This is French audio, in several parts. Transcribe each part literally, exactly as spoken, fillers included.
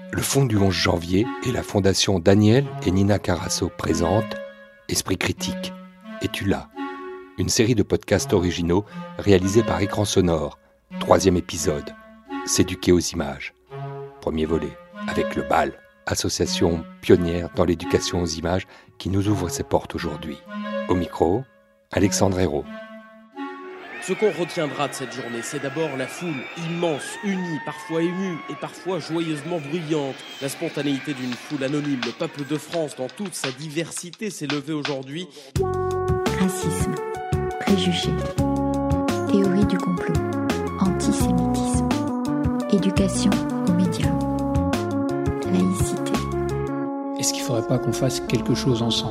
Le Fonds du onze janvier et la Fondation Daniel et Nina Carasso présentent Esprit critique. Es-tu là ? Une série de podcasts originaux réalisés par Écran Sonore. Troisième épisode. S'éduquer aux images. Premier volet. Avec le B A L, association pionnière dans l'éducation aux images qui nous ouvre ses portes aujourd'hui. Au micro, Alexandre Hérault. Ce qu'on retiendra de cette journée, c'est d'abord la foule immense, unie, parfois émue et parfois joyeusement bruyante. La spontanéité d'une foule anonyme, le peuple de France dans toute sa diversité s'est levé aujourd'hui. Racisme, préjugés, théorie du complot, antisémitisme, éducation aux médias, laïcité. Est-ce qu'il ne faudrait pas qu'on fasse quelque chose ensemble ?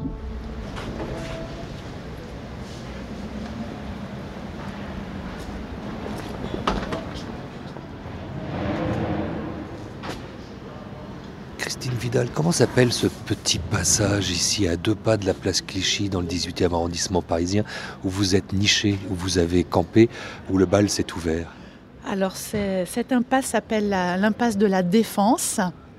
Christine Vidal, comment s'appelle ce petit passage ici à deux pas de la place Clichy dans le dix-huitième arrondissement parisien où vous êtes niché, où vous avez campé, où le bal s'est ouvert ? Alors c'est, cette impasse s'appelle la, l'impasse de la Défense.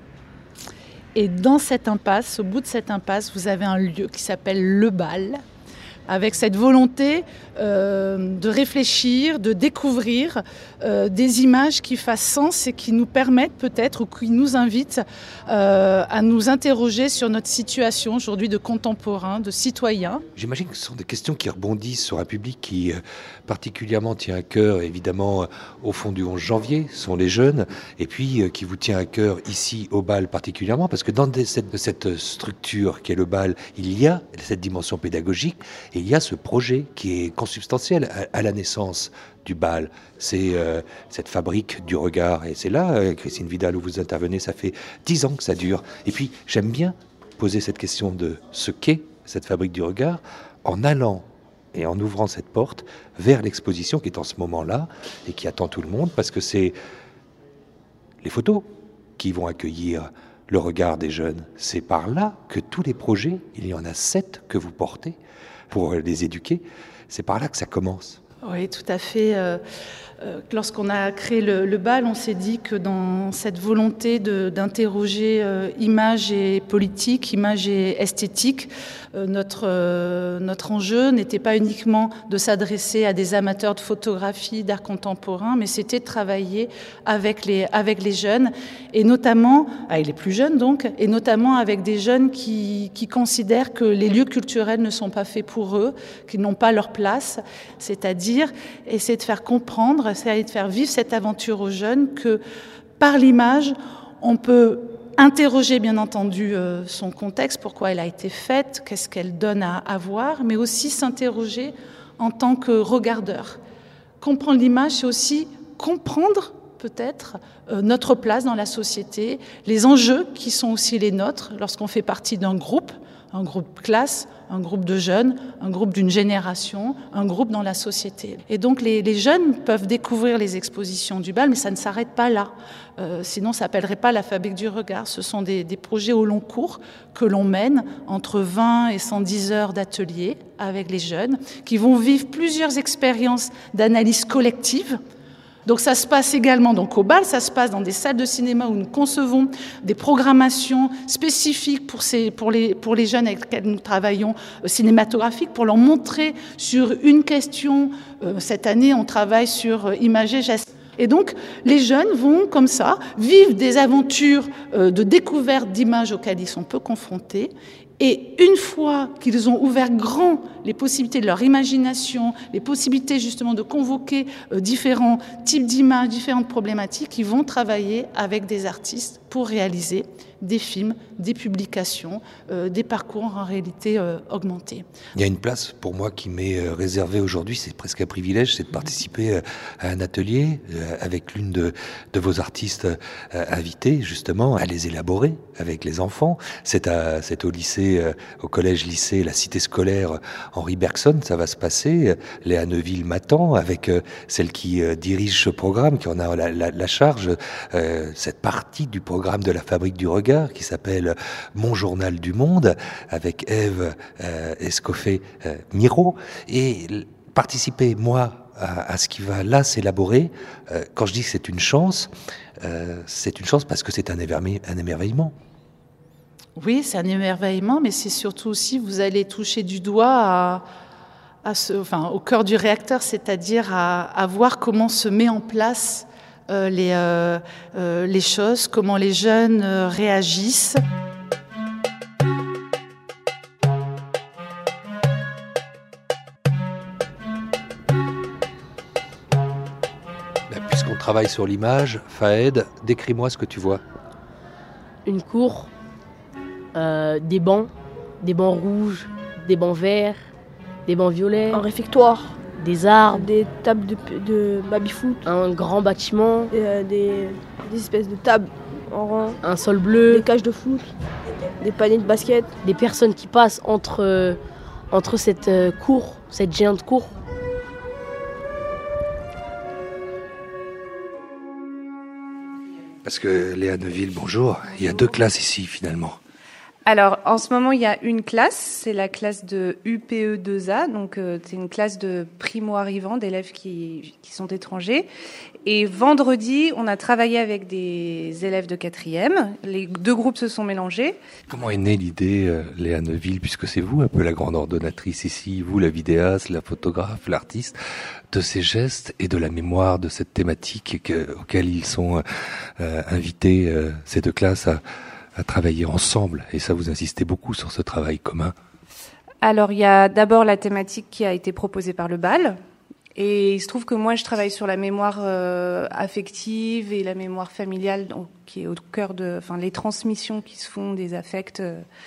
Et dans cette impasse, au bout de cette impasse, vous avez un lieu qui s'appelle le bal, avec cette volonté euh, de réfléchir, de découvrir euh, des images qui fassent sens et qui nous permettent peut-être ou qui nous invitent euh, à nous interroger sur notre situation aujourd'hui de contemporains, de citoyens. J'imagine que ce sont des questions qui rebondissent sur un public qui euh, particulièrement tient à cœur, évidemment, euh, au fond du onze janvier, sont les jeunes, et puis euh, qui vous tient à cœur ici au B A L particulièrement, parce que dans des, cette, cette structure qui est le B A L, il y a cette dimension pédagogique. Et il y a ce projet qui est consubstantiel à, à la naissance du B A L. C'est euh, cette fabrique du regard. Et c'est là, euh, Christine Vidal, où vous intervenez, ça fait dix ans que ça dure. Et puis, j'aime bien poser cette question de ce qu'est cette fabrique du regard en allant et en ouvrant cette porte vers l'exposition qui est en ce moment-là et qui attend tout le monde, parce que c'est les photos qui vont accueillir le regard des jeunes. C'est par là que tous les projets, il y en a sept que vous portez, pour les éduquer, c'est par là que ça commence. Oui, tout à fait. Euh, euh, lorsqu'on a créé le, le B A L, on s'est dit que dans cette volonté de, d'interroger euh, image et politique, image et esthétique, euh, notre, euh, notre enjeu n'était pas uniquement de s'adresser à des amateurs de photographie, d'art contemporain, mais c'était de travailler avec les, avec les jeunes, et notamment, avec les plus jeunes donc, et notamment avec des jeunes qui, qui considèrent que les lieux culturels ne sont pas faits pour eux, qu'ils n'ont pas leur place, c'est-à-dire essayer de faire comprendre, essayer de faire vivre cette aventure aux jeunes que par l'image, on peut interroger bien entendu euh, son contexte, pourquoi elle a été faite, qu'est-ce qu'elle donne à, à voir, mais aussi s'interroger en tant que regardeur. Comprendre l'image, c'est aussi comprendre peut-être euh, notre place dans la société, les enjeux qui sont aussi les nôtres lorsqu'on fait partie d'un groupe, un groupe classe, un groupe de jeunes, un groupe d'une génération, un groupe dans la société. Et donc les, les jeunes peuvent découvrir les expositions du B A L, mais ça ne s'arrête pas là. Euh, sinon, ça s'appellerait pas la fabrique du regard. Ce sont des, des projets au long cours que l'on mène entre vingt et cent dix heures d'ateliers avec les jeunes, qui vont vivre plusieurs expériences d'analyse collective. Donc ça se passe également donc au B A L, ça se passe dans des salles de cinéma où nous concevons des programmations spécifiques pour, ces, pour, les, pour les jeunes avec lesquels nous travaillons euh, cinématographiques, pour leur montrer sur une question. Euh, cette année, on travaille sur euh, imager, geste. Et donc, les jeunes vont, comme ça, vivre des aventures euh, de découverte d'images auxquelles ils sont peu confrontés. Et une fois qu'ils ont ouvert grand les possibilités de leur imagination, les possibilités justement de convoquer euh, différents types d'images, différentes problématiques, ils vont travailler avec des artistes pour réaliser des films, des publications, euh, des parcours en réalité euh, augmentés. Il y a une place pour moi qui m'est euh, réservée aujourd'hui, c'est presque un privilège, c'est de participer euh, à un atelier euh, avec l'une de, de vos artistes euh, invités, justement, à les élaborer avec les enfants. C'est, à, c'est au lycée, euh, au collège-lycée, la cité scolaire Henri Bergson, ça va se passer. Euh, Léa Neuville m'attend avec euh, celle qui euh, dirige ce programme, qui en a la, la, la charge, euh, cette partie du programme de la fabrique du regard, qui s'appelle Mon journal du monde, avec Ève euh, Escoffet-Miro, et participer, moi, à, à ce qui va là s'élaborer. Euh, quand je dis que c'est une chance, euh, c'est une chance parce que c'est un, émerveille, un émerveillement. Oui, c'est un émerveillement, mais c'est surtout aussi, vous allez toucher du doigt à, à ce, enfin, au cœur du réacteur, c'est-à-dire à, à voir comment se met en place euh, les, euh, euh, les choses, comment les jeunes euh, réagissent. Puisqu'on travaille sur l'image, Fahed, décris-moi ce que tu vois. Une cour, euh, des bancs, des bancs rouges, des bancs verts, des bancs violets, un réfectoire, des arbres, des tables de, de baby-foot, un grand bâtiment, euh, des, des espèces de tables en rang, un sol bleu, des cages de foot, des paniers de basket, des personnes qui passent entre, euh, entre cette euh, cour, cette géante cour. Parce que Léa Neuville, bonjour. Il y a deux classes ici finalement. Alors, en ce moment, il y a une classe, c'est la classe de U P E deux A, donc euh, c'est une classe de primo-arrivants, d'élèves qui, qui sont étrangers. Et vendredi, on a travaillé avec des élèves de quatrième. Les deux groupes se sont mélangés. Comment est née l'idée, euh, Léa Neuville, puisque c'est vous un peu la grande ordonnatrice ici, vous la vidéaste, la photographe, l'artiste, de ces gestes et de la mémoire de cette thématique que, auquel ils sont euh, invités, euh, ces deux classes, à à travailler ensemble, et ça vous insistez beaucoup sur ce travail commun. Alors il y a d'abord la thématique qui a été proposée par le bal, et il se trouve que moi je travaille sur la mémoire euh, affective et la mémoire familiale, donc, qui est au cœur de, enfin les transmissions qui se font des affects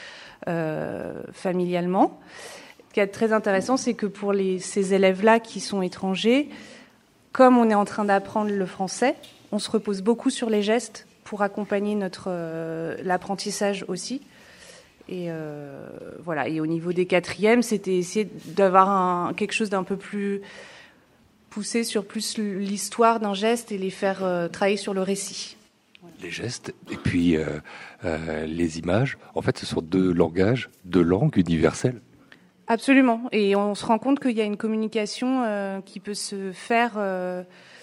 euh, familialement. Ce qui est très intéressant, c'est que pour les, ces élèves-là qui sont étrangers, comme on est en train d'apprendre le français, on se repose beaucoup sur les gestes pour accompagner notre euh, l'apprentissage aussi. Et euh, voilà. Et au niveau des quatrièmes, c'était essayer d'avoir un, quelque chose d'un peu plus poussé sur plus l'histoire d'un geste et les faire euh, travailler sur le récit. Voilà. Les gestes et puis euh, euh, les images. En fait, ce sont deux langages, deux langues universelles. Absolument. Et on se rend compte qu'il y a une communication euh, qui peut se faire, euh,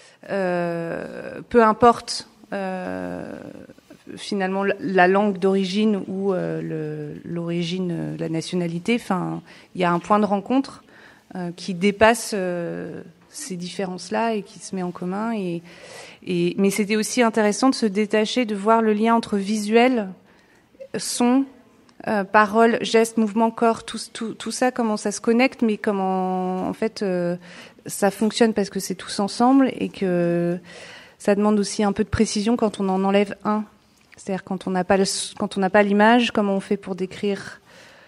euh, peu importe. Euh, finalement la langue d'origine ou euh, le, l'origine, euh, la nationalité, enfin, il y a un point de rencontre euh, qui dépasse euh, ces différences-là et qui se met en commun. Et, et, mais c'était aussi intéressant de se détacher, de voir le lien entre visuel, son, euh, parole, geste, mouvement, corps, tout, tout, tout ça, comment ça se connecte, mais comment en fait euh, ça fonctionne parce que c'est tous ensemble et que ça demande aussi un peu de précision quand on en enlève un. C'est-à-dire quand on n'a pas le, quand on n'a pas l'image, comment on fait pour décrire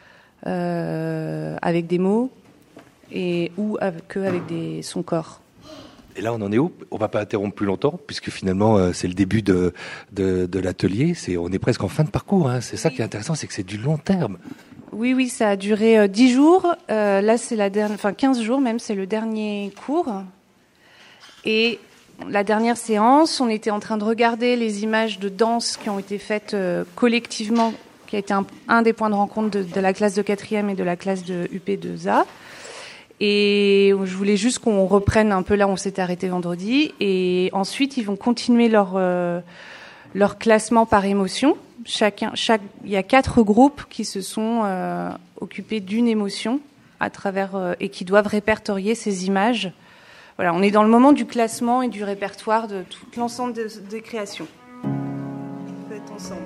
euh, avec des mots et ou avec, que avec des, son corps. Et là, on en est où ? On va pas interrompre plus longtemps, puisque finalement, euh, c'est le début de, de, de l'atelier. C'est, on est presque en fin de parcours. Hein. C'est ça qui est intéressant, c'est que c'est du long terme. Oui, oui, ça a duré euh, dix jours. Euh, là, c'est la dernière, enfin quinze jours même, c'est le dernier cours. Et la dernière séance, on était en train de regarder les images de danse qui ont été faites euh, collectivement, qui a été un, un des points de rencontre de, de la classe de quatrième et de la classe de U P deux A. Et je voulais juste qu'on reprenne un peu là où on s'était arrêté vendredi. Et ensuite, ils vont continuer leur, euh, leur classement par émotion. Chacun, chaque, il y a quatre groupes qui se sont euh, occupés d'une émotion à travers, euh, et qui doivent répertorier ces images. Voilà, on est dans le moment du classement et du répertoire de tout l'ensemble de, des créations. Faites ensemble.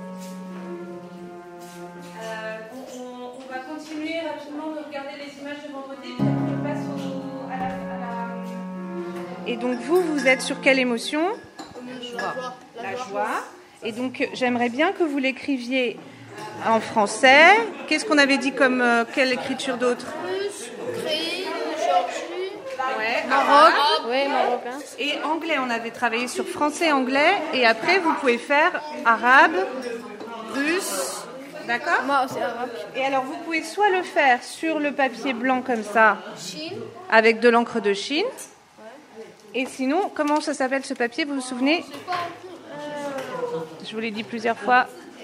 Euh, on, on, on va continuer rapidement de regarder les images de vendredi, puis on passe au, à, la, à la... Et donc vous, vous êtes sur quelle émotion ? La joie. La joie. Et donc j'aimerais bien que vous l'écriviez en français. Qu'est-ce qu'on avait dit comme euh, quelle écriture d'autre ? Russe, Ukraine, Géorgie. Ouais, Maroc, ouais, marocain. Et anglais, on avait travaillé sur français, anglais, et après vous pouvez faire arabe, russe, d'accord ? Moi, c'est arabe. Et alors vous pouvez soit le faire sur le papier blanc comme ça, Chine. avec de l'encre de Chine, et sinon, comment ça s'appelle ce papier, vous vous souvenez ? Je vous l'ai dit plusieurs fois.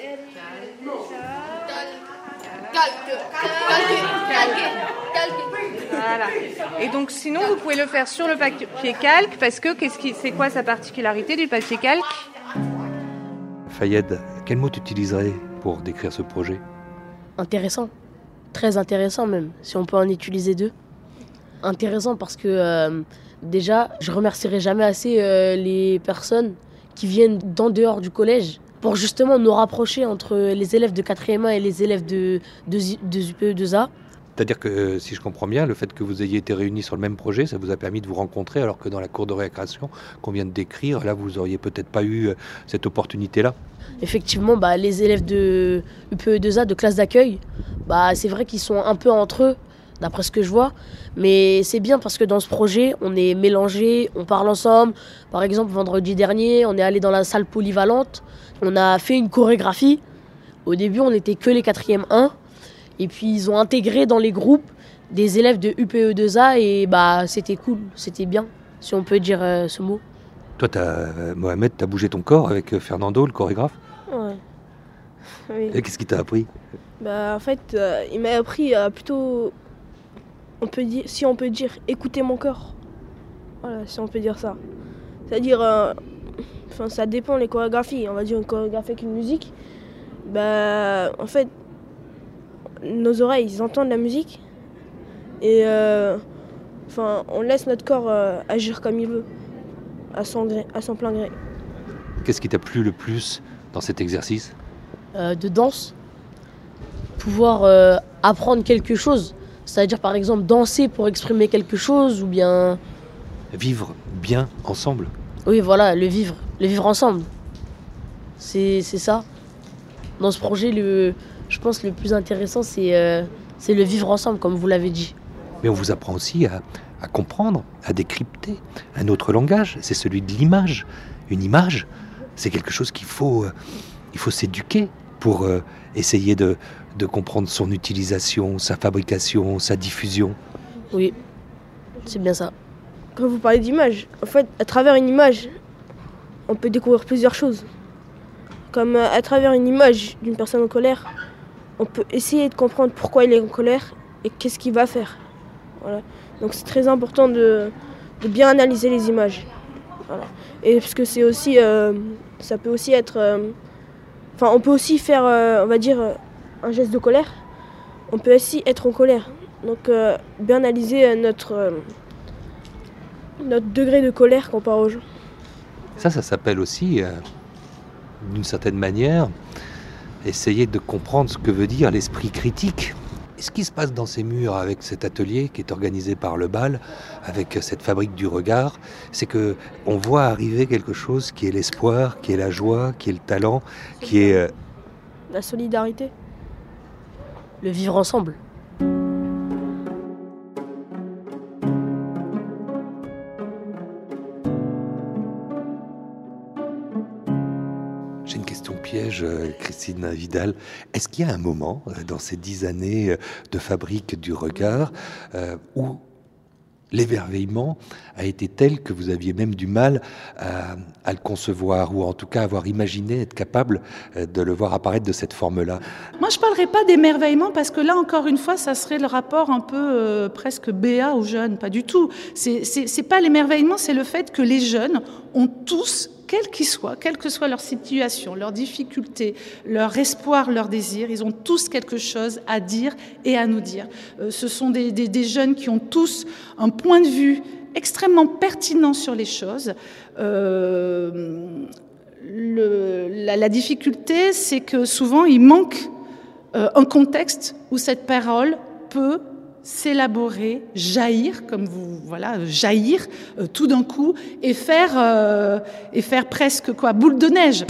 Voilà. Et donc sinon vous pouvez le faire sur le papier calque parce que qu'est-ce qui, c'est quoi sa particularité du papier calque ? Fayed, quel mot tu utiliserais pour décrire ce projet? Intéressant. Très intéressant même, si on peut en utiliser deux. Intéressant parce que euh, déjà, je remercierai jamais assez euh, les personnes qui viennent d'en dehors du collège pour justement nous rapprocher entre les élèves de quatrième A et les élèves de, de, de U P E deux A. C'est-à-dire que, euh, si je comprends bien, le fait que vous ayez été réunis sur le même projet, ça vous a permis de vous rencontrer, alors que dans la cour de récréation qu'on vient de décrire, là, vous auriez peut-être pas eu euh, cette opportunité-là. Effectivement, bah, les élèves de U P E deux A, de classe d'accueil, bah, c'est vrai qu'ils sont un peu entre eux, d'après ce que je vois. Mais c'est bien parce que dans ce projet, on est mélangés, on parle ensemble. Par exemple, vendredi dernier, on est allé dans la salle polyvalente, on a fait une chorégraphie. Au début, on n'était que les quatrième un. Et puis, ils ont intégré dans les groupes des élèves de U P E deux A et bah, c'était cool, c'était bien, si on peut dire euh, ce mot. Toi, t'as, euh, Mohamed, t'as bougé ton corps avec euh, Fernando, le chorégraphe. Ouais. Oui. Et qu'est-ce qu'il t'a appris? Bah, en fait, euh, il m'a appris à plutôt, on peut dire, si on peut dire, écouter mon corps. Voilà, si on peut dire ça. C'est-à-dire, euh, enfin, ça dépend les chorégraphies. On va dire une chorégraphie avec une musique. Bah, en fait, nos oreilles, ils entendent la musique et euh, enfin, on laisse notre corps euh, agir comme il veut, à son gré, à son plein gré. Qu'est-ce qui t'a plu le plus dans cet exercice? euh, De danse, pouvoir euh, apprendre quelque chose, c'est-à-dire par exemple danser pour exprimer quelque chose ou bien... Vivre bien ensemble. Oui, voilà, le vivre, le vivre ensemble. C'est, c'est ça. Dans ce projet, le, je pense que le plus intéressant, c'est, euh, c'est le vivre ensemble, comme vous l'avez dit. Mais on vous apprend aussi à, à comprendre, à décrypter un autre langage, c'est celui de l'image. Une image, c'est quelque chose qu'il faut, euh, il faut s'éduquer pour euh, essayer de, de comprendre son utilisation, sa fabrication, sa diffusion. Oui, c'est bien ça. Quand vous parlez d'image, en fait, à travers une image, on peut découvrir plusieurs choses. Comme à travers une image d'une personne en colère, on peut essayer de comprendre pourquoi il est en colère et qu'est-ce qu'il va faire. Voilà. Donc c'est très important de, de bien analyser les images. Voilà. Et parce que c'est aussi, euh, ça peut aussi être, euh, enfin on peut aussi faire, euh, on va dire, euh, un geste de colère. On peut aussi être en colère. Donc euh, bien analyser euh, notre, euh, notre degré de colère comparé aux gens. Ça, ça s'appelle aussi, euh, d'une certaine manière, essayer de comprendre ce que veut dire l'esprit critique. Et ce qui se passe dans ces murs avec cet atelier qui est organisé par le bal, avec cette fabrique du regard, c'est que on voit arriver quelque chose qui est l'espoir, qui est la joie, qui est le talent, qui est... euh, La solidarité. Le vivre ensemble. J'ai une question piège, euh, Christine Vidal. Est-ce qu'il y a un moment, euh, dans ces dix années euh, de fabrique du regard, euh, où l'émerveillement a été tel que vous aviez même du mal à, à le concevoir, ou en tout cas avoir imaginé, être capable euh, de le voir apparaître de cette forme-là? Moi, je ne parlerai pas d'émerveillement parce que là, encore une fois, ça serait le rapport un peu euh, presque béat aux jeunes. Pas du tout. C'est, c'est, c'est pas l'émerveillement, c'est le fait que les jeunes ont tous, quels qu'ils soient, quelle que soit leur situation, leurs difficultés, leur espoir, leur désir, ils ont tous quelque chose à dire et à nous dire. Euh, ce sont des, des, des jeunes qui ont tous un point de vue extrêmement pertinent sur les choses. Euh, le, la, la difficulté, c'est que souvent, il manque euh, un contexte où cette parole peut s'élaborer, jaillir, comme vous, voilà, jaillir euh, tout d'un coup et faire, euh, et faire presque quoi, boule de neige.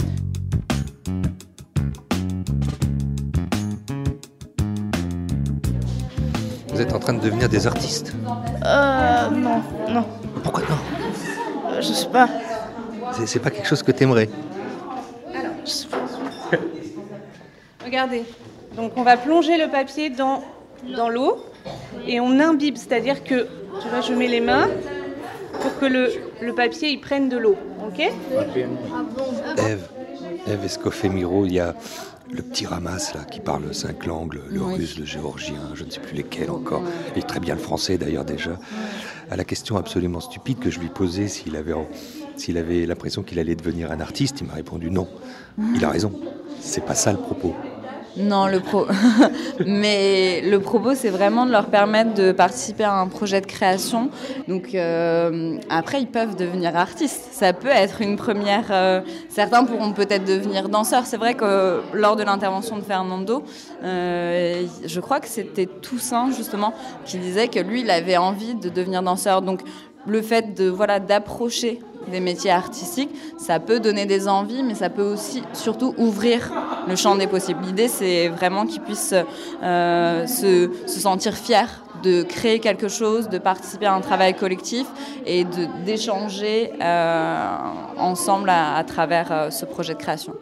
Vous êtes en train de devenir des artistes? Euh, non, non, Pourquoi non? euh, je sais pas. C'est, c'est pas quelque chose que t'aimerais? Je sais pas. Regardez, donc on va plonger le papier dans, dans l'eau et on imbibe, c'est-à-dire que, tu vois, je mets les mains pour que le, le papier il prenne de l'eau, ok? Ève, Ève Escoffet-Miro, il y a le petit Ramas là, qui parle cinq langues, le Oui. russe, le géorgien, je ne sais plus lesquels encore, et très bien le français d'ailleurs déjà. À la question absolument stupide que je lui posais s'il avait en- s'il avait l'impression qu'il allait devenir un artiste. Il m'a répondu non. Il a raison. C'est pas ça le propos. Non, le pro... mais le propos, c'est vraiment de leur permettre de participer à un projet de création. Donc euh, après, ils peuvent devenir artistes. Ça peut être une première... Euh... Certains pourront peut-être devenir danseurs. C'est vrai que euh, lors de l'intervention de Fernando, euh, je crois que c'était Toussaint, justement, qui disait que lui, il avait envie de devenir danseur. Donc le fait de, voilà, d'approcher des métiers artistiques, ça peut donner des envies, mais ça peut aussi surtout ouvrir le champ des possibles. L'idée, c'est vraiment qu'ils puissent euh, se, se sentir fiers de créer quelque chose, de participer à un travail collectif et de, d'échanger euh, ensemble à, à travers euh, ce projet de création.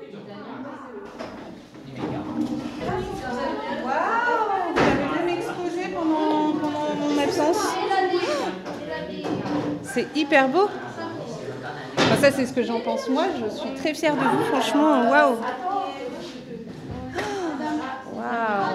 Waouh, vous avez même exposé pendant, pendant mon absence. C'est hyper beau. Enfin, ça, c'est ce que j'en pense moi. Je suis très fière de vous, franchement. Waouh. Waouh.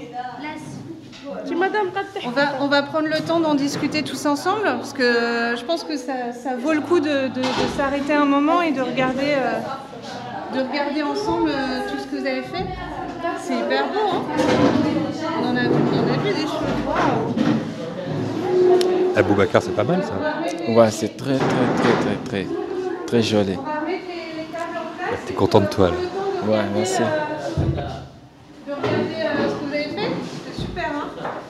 On va, on va prendre le temps d'en discuter tous ensemble, parce que je pense que ça, ça vaut le coup de, de, de s'arrêter un moment et de regarder, euh, de regarder ensemble euh, tout ce que vous avez fait. C'est hyper beau, hein. On en a, on en a vu des choses. Waouh. Aboubacar, c'est pas mal ça. Ouais, c'est très, très, très, très, très, très joli. Ouais, t'es content de toi là. Ouais, merci. De regarder euh, ce que vous avez fait, c'est super, hein.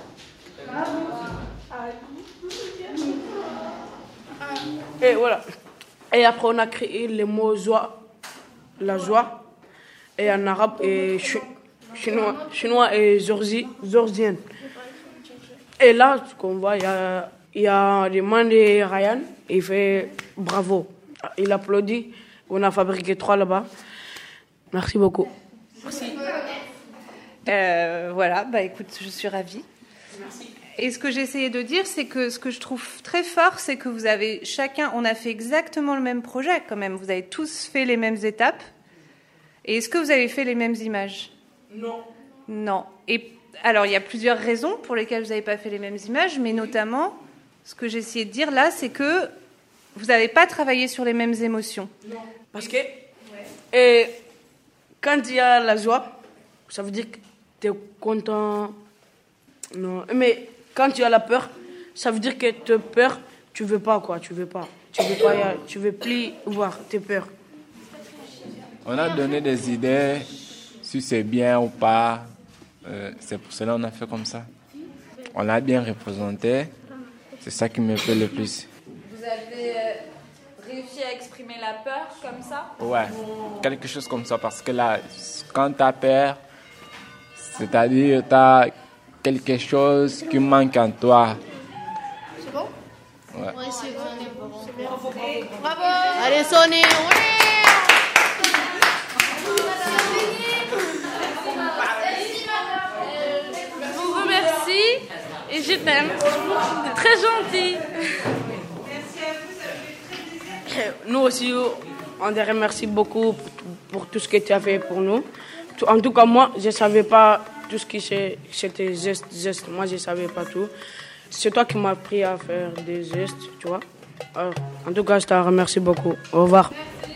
Et voilà. Et après, on a créé les mots joie, la joie, et en arabe et chinois, chinois et georgien. Et là, ce qu'on voit, il y a, il y a des mains de Ryan, il fait bravo. Il applaudit. On a fabriqué trois là-bas. Merci beaucoup. Merci. Euh, voilà, bah écoute, je suis ravie. Merci. Et ce que j'ai essayé de dire, c'est que ce que je trouve très fort, c'est que vous avez chacun, on a fait exactement le même projet quand même. Vous avez tous fait les mêmes étapes. Et est-ce que vous avez fait les mêmes images ? Non. Non. Et alors, il y a plusieurs raisons pour lesquelles vous n'avez pas fait les mêmes images, mais notamment, ce que j'ai essayé de dire là, c'est que vous n'avez pas travaillé sur les mêmes émotions. Non. Parce que et quand il y a la joie, ça veut dire que tu es content. Non. Mais quand tu as la peur, ça veut dire que tu as peur, tu veux pas quoi, tu veux pas. Tu veux pas, tu veux plus voir tes peurs. On a donné des idées si c'est bien ou pas. Euh, c'est pour cela qu'on a fait comme ça. On l'a bien représenté. C'est ça qui me plaît le plus. Vous avez réussi à exprimer la peur comme ça ? Ouais, quelque chose comme ça. Parce que là, quand tu as peur, c'est-à-dire tu as quelque chose qui manque en toi. C'est bon ? Ouais. Ouais, c'est bon. Bravo. Bravo. Allez, sonnez. Ouais. Et je t'aime. C'est très gentil. Merci à vous, ça me fait très plaisir. Nous aussi, on te remercie beaucoup pour, pour tout ce que tu as fait pour nous. En tout cas, moi, je ne savais pas tout ce qui c'était geste, geste. Moi, je ne savais pas tout. C'est toi qui m'as appris à faire des gestes, tu vois. Alors, en tout cas, je te remercie beaucoup. Au revoir.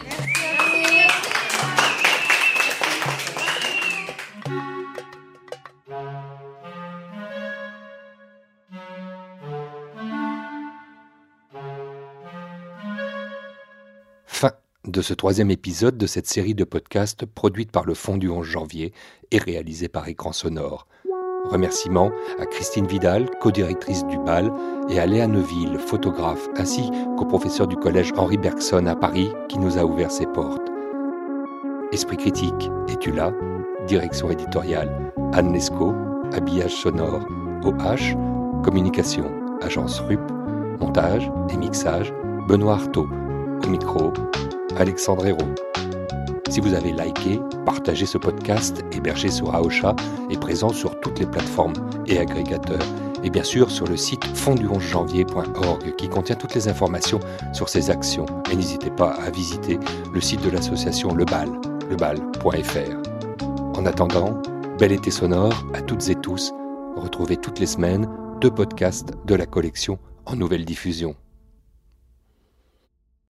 Fin de ce troisième épisode de cette série de podcasts produite par le Fonds du onze janvier et réalisée par Écran Sonore. Remerciements à Christine Vidal, co-directrice du bal, et à Léa Neuville, photographe, ainsi qu'au professeur du collège Henri Bergson à Paris qui nous a ouvert ses portes. Esprit critique, es-tu là ? Direction éditoriale, Anne Lescaut, habillage sonore, O H, communication, agence R U P, montage et mixage, Benoît Artaud. Au micro, Alexandre Hérault. Si vous avez liké, partagé ce podcast, hébergé sur Aosha et présent sur toutes les plateformes et agrégateurs, et bien sûr sur le site fond du onze janvier point org qui contient toutes les informations sur ces actions. Et n'hésitez pas à visiter le site de l'association Le Bal, lebal point f r. En attendant, bel été sonore à toutes et tous. Retrouvez toutes les semaines deux podcasts de la collection en nouvelle diffusion.